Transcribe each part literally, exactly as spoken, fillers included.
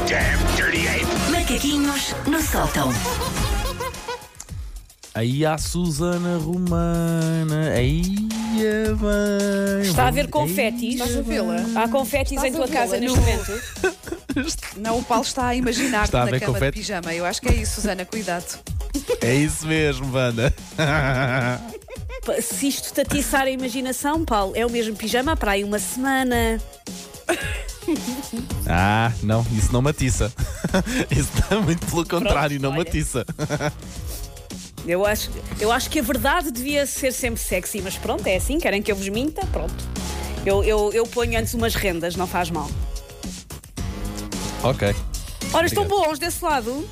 damn dirty ape! Macaquinhos no sótão. Aí há a Susana Romana. Aí a bem. Está a haver confetis. Estás a vê-la? Há confetis Estás em a tua vê-la casa no- neste momento. Não, o Paulo está a imaginar-te Está a na ver cama confete? de pijama. Eu acho que é isso, Susana, cuidado. É isso mesmo, Wanda. Pa- Se isto te atiçar a imaginação, Paulo, é o mesmo pijama para aí uma semana. Ah, não, isso não matiça. Isso está muito pelo contrário, não olha. matiça. Eu acho, eu acho que a verdade devia ser sempre sexy, mas pronto, é assim, querem que eu vos minta? Pronto. Eu, eu, eu ponho antes umas rendas, não faz mal. Ok. Ora, estão Obrigado. bons desse lado?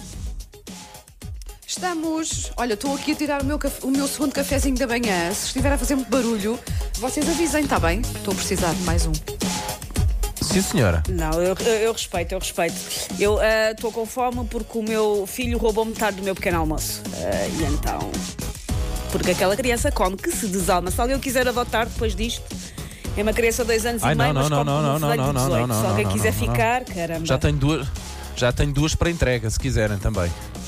Estamos. Olha, estou aqui a tirar o meu, café- o meu segundo cafezinho da manhã. Se estiver a fazer muito barulho, vocês avisem, está bem? Estou a precisar de mais um. Sim, senhora. Não, eu, eu, eu respeito, eu respeito. Eu estou com fome porque o meu filho roubou metade do meu pequeno almoço. Ah, e então. Porque aquela criança come que se desalma. Se alguém o quiser adotar depois disto, é uma criança de dois anos Ai, e meio, não, mas não, come não, como não, um não, velho de não, não, dezoito. não, Se alguém não, quiser não, não. ficar, caramba. Já tenho duas, já tenho duas para entrega, se quiserem também.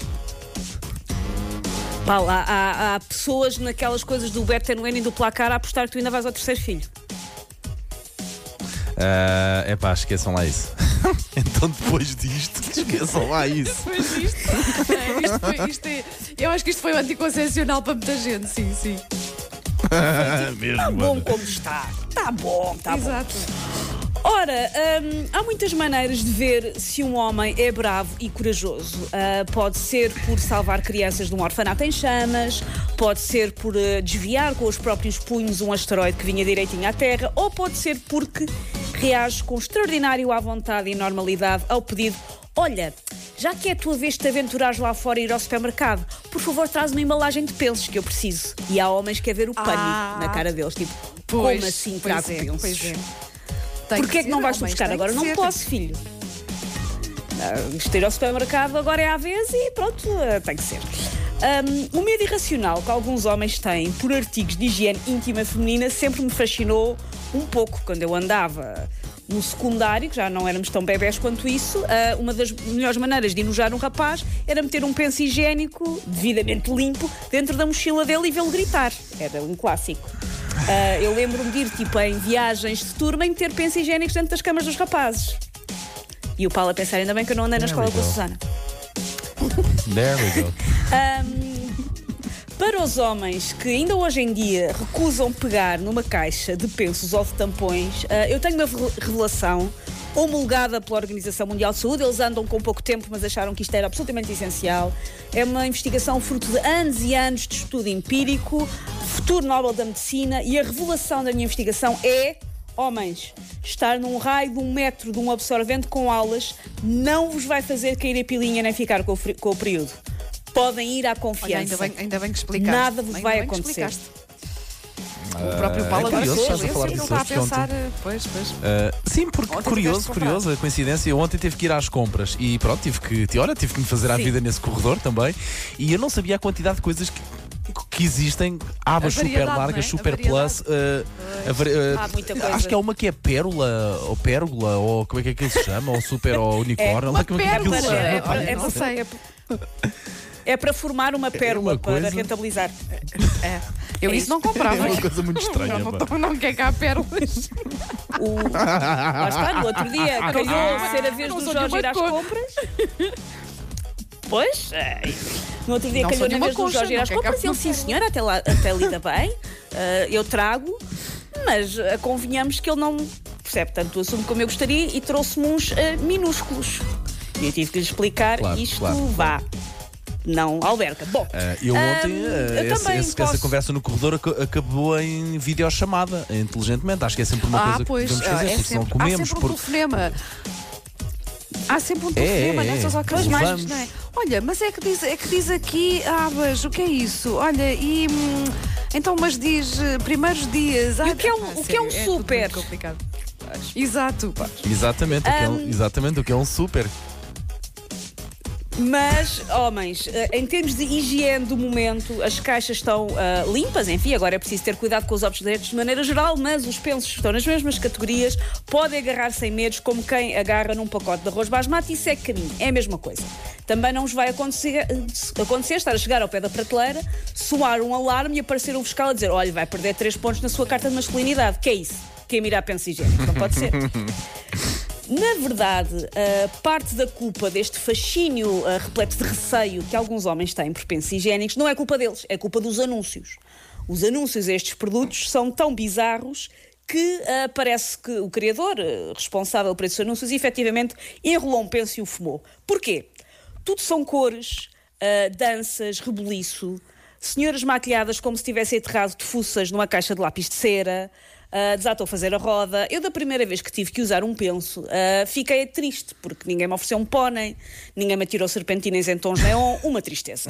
Paulo, há, há, há pessoas naquelas coisas do Bet and Win e do placar a apostar que tu ainda vais ao terceiro filho. É uh, pá, esqueçam lá isso. Então depois disto, esqueçam lá isso. Pois isto. É, isto, foi, isto é, eu acho que isto foi um anticoncepcional para muita gente, sim, sim. Mesmo, Está bom Wanda. como está. Está bom, está bom. Exato. Ora, hum, há muitas maneiras de ver se um homem é bravo e corajoso. Ah, pode ser por salvar crianças de um orfanato em chamas, pode ser por ah, desviar com os próprios punhos um asteroide que vinha direitinho à Terra, ou pode ser porque reage com extraordinário à vontade e normalidade ao pedido: olha, já que é a tua vez de te aventurares lá fora e ir ao supermercado, por favor traz uma embalagem de pensos que eu preciso. E há homens que é ver o pânico Ah. na cara deles, tipo, Pois, como assim pois trago é, pensos? pois é. Tem Porquê é que ser, não vais tu homens, buscar tem agora? que Não ser. posso, filho. Ah, Isto ir ao supermercado agora é à vez e pronto, ah, tem que ser. Um, o medo irracional que alguns homens têm por artigos de higiene íntima feminina sempre me fascinou um pouco. Quando eu andava no secundário, que já não éramos tão bebés quanto isso, ah, uma das melhores maneiras de enojar um rapaz era meter um penso higiênico devidamente limpo dentro da mochila dele e vê-lo gritar. Era um clássico. Ah, eu lembro-me de ir tipo, em viagens de turma e meter pensos higiênicos dentro das camas dos rapazes. E o Paulo a pensar, ainda bem que eu não andei na There escola we com a go. Susana. There we go. Para os homens que ainda hoje em dia recusam pegar numa caixa de pensos ou de tampões, ah, eu tenho uma re- revelação homologada pela Organização Mundial de Saúde. Eles andam com pouco tempo, mas acharam que isto era absolutamente essencial. É uma investigação fruto de anos e anos de estudo empírico, futuro Nobel da Medicina, e a revelação da minha investigação é: homens, estar num raio de um metro de um absorvente com aulas não vos vai fazer cair a pilinha nem ficar com o, fri- com o período. Podem ir à Olha, confiança. ainda bem, ainda bem que explicaste. Nada vos Ainda vai bem que acontecer. explicaste. O próprio Paulo é agora curioso, sim, estás a falar ele disso está a hoje, que pensar. ontem- Pois, pois. Uh, sim, porque Ontem curioso, tiveste comprado. curioso, a coincidência. Eu ontem tive que ir às compras e pronto, tive que, te- olha, tive que me fazer à Sim. vida nesse corredor também. E eu não sabia a quantidade de coisas que, que existem. Abas A super variedade, largas, não é? super A variedade. plus. uh, a vari- uh, Há muita coisa. Acho que é uma que é pérola, ou pérola, ou como é que aquilo se chama? Ou super, ou unicórnio. Uma lá como é que aquilo se pérola. chama. É, Olha, é, não sei. é- É para formar uma pérola, uma para coisa- rentabilizar. É. Eu É isso não É comprava. uma coisa muito estranha. Não, não, pá. tô- não quer cá pérolas. O... Lá está, no outro dia calhou ser a vez Não do sou Jorge ir nenhuma às cor. compras. Pois, é. No outro dia Não calhou sou na nenhuma vez do coxa, Jorge ir não às quer compras cá e ele, sim senhora, até, lá, até lida bem, ah, eu trago, mas ah, convenhamos que ele não percebe tanto o assunto como eu gostaria e trouxe-me uns ah, minúsculos. E eu tive que lhe explicar: Claro, isto claro. vá, não alberca. Bom, Uh, eu ontem, Hum, uh, eu esse- também esse- posso- essa conversa no corredor ac- acabou em videochamada, inteligentemente. Acho que é sempre uma Ah, coisa pois. que devemos fazer, é porque senão sempre, há comemos. sempre um porque- telefonema. Há sempre um É, telefonema é, é. nessas ocasiões, Vamos. não é? Olha, mas é que diz, é que diz aqui, ah, mas o que é isso? Olha, e hum, então, mas diz eh, primeiros dias. E o que é um- Ah, o que é um sério, tudo super? muito complicado. Exato. Exatamente, o que é um, exatamente, o que é um super. Mas, homens, em termos de higiene do momento, as caixas estão uh, limpas, enfim, agora é preciso ter cuidado com os objetos de maneira geral, mas os pensos estão nas mesmas categorias, podem agarrar sem medos como quem agarra num pacote de arroz basmati e segue caminho, é a mesma coisa. Também não vos vai acontecer, acontecer estar a chegar ao pé da prateleira, soar um alarme e aparecer um fiscal a dizer: olha, vai perder três pontos na sua carta de masculinidade. Que é isso? Quem mira a penso higiênico? Não pode ser. Na verdade, uh, parte da culpa deste fascínio uh, repleto de receio que alguns homens têm por pensos higiênicos não é culpa deles, é culpa dos anúncios. Os anúncios a estes produtos são tão bizarros que uh, parece que o criador, uh, responsável por esses anúncios, efetivamente enrolou um penso e o fumou. Porquê? Tudo são cores, uh, danças, rebuliço, senhoras maquilhadas como se tivessem aterrado de fuças numa caixa de lápis de cera. Uh, desatou a fazer a roda. Eu, da primeira vez que tive que usar um penso, uh, fiquei triste, porque ninguém me ofereceu um pônei, ninguém me atirou serpentinas em tons neon, uma tristeza.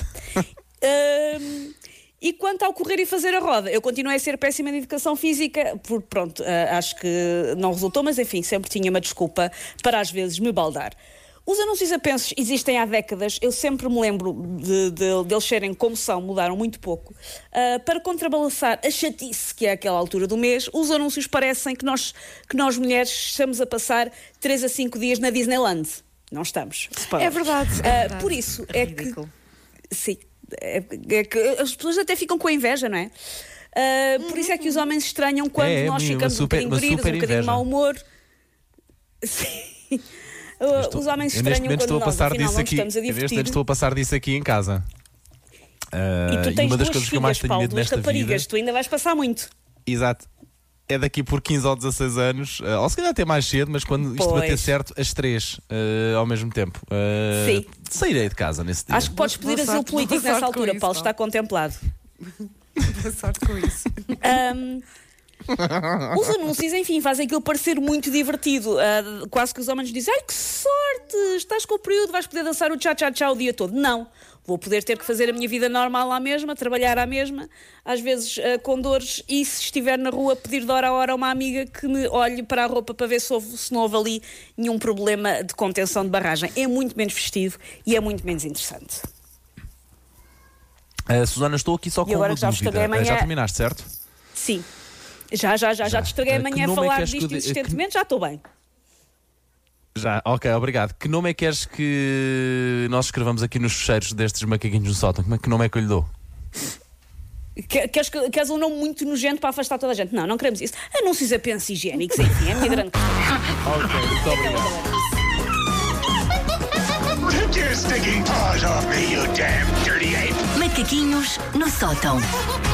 Uh, e quanto ao correr e fazer a roda, eu continuei a ser péssima de educação física, porque pronto, uh, acho que não resultou, mas enfim, sempre tinha uma desculpa para às vezes me baldar. Os anúncios a pensos existem há décadas, eu sempre me lembro de, de, de eles serem como são, mudaram muito pouco. Uh, para contrabalançar a chatice que é aquela altura do mês, os anúncios parecem que nós, que nós mulheres estamos a passar três a cinco dias na Disneyland. Não estamos. É verdade. É verdade. Uh, por isso é, é ridículo. que... Sim, é, é que as pessoas até ficam com a inveja, não é? Uh, por isso é que os homens estranham quando é, nós é, ficamos super, um bocadinho doridos, um bocadinho de mau humor. Sim. Estou, os homens eu neste estranham momento quando estou a nós, passar afinal, disso não aqui. estamos a Neste divertir. momento estou a passar disso aqui em casa. Uh, E tu tens uma das duas coisas que eu mais filhas, tenho Paulo, medo duas nesta raparigas, vida. tu ainda vais passar muito. Exato. É daqui por quinze ou dezasseis anos, uh, ou se calhar até mais cedo, mas quando isto Pois. bater certo, as três uh, ao mesmo tempo. Uh, Sim. Sairei de casa nesse dia. Acho que podes pedir Boa asilo sorte, político boa nessa sorte com altura, isso, Paulo, Paulo. está contemplado. Boa sorte com isso. Um, os anúncios, enfim, fazem aquilo parecer muito divertido. Uh, quase que os homens dizem: ai, que sorte, estás com o período, vais poder dançar o tchá-tchá-tchá o dia todo. Não, vou poder ter que fazer a minha vida normal à mesma, trabalhar à mesma, às vezes uh, com dores, e se estiver na rua pedir de hora a hora a uma amiga que me olhe para a roupa para ver se, houve, se não houve ali nenhum problema de contenção de barragem. É muito menos festivo e é muito menos interessante. Uh, Susana, estou aqui só com agora uma que já vos dúvida. estraguei amanhã- Uh, já terminaste, certo? Sim. Já, já, já, já, Já. te estraguei Uh, que amanhã a nome é que falar queres que disto eu dê- insistentemente, já estou bem. Já, ok, obrigado. Que nome é que queres que nós escrevamos aqui nos fecheiros destes macaquinhos no sótão? Como é- Que nome é que eu lhe dou? Que- Queres, que- queres um nome muito nojento para afastar toda a gente? Não, não queremos isso. Anúncios a pensos higiênicos, enfim, é a minha grande questão. Ok, muito obrigado. Take your stinking paws off me, you damn dirty ape! Macaquinhos no sótão.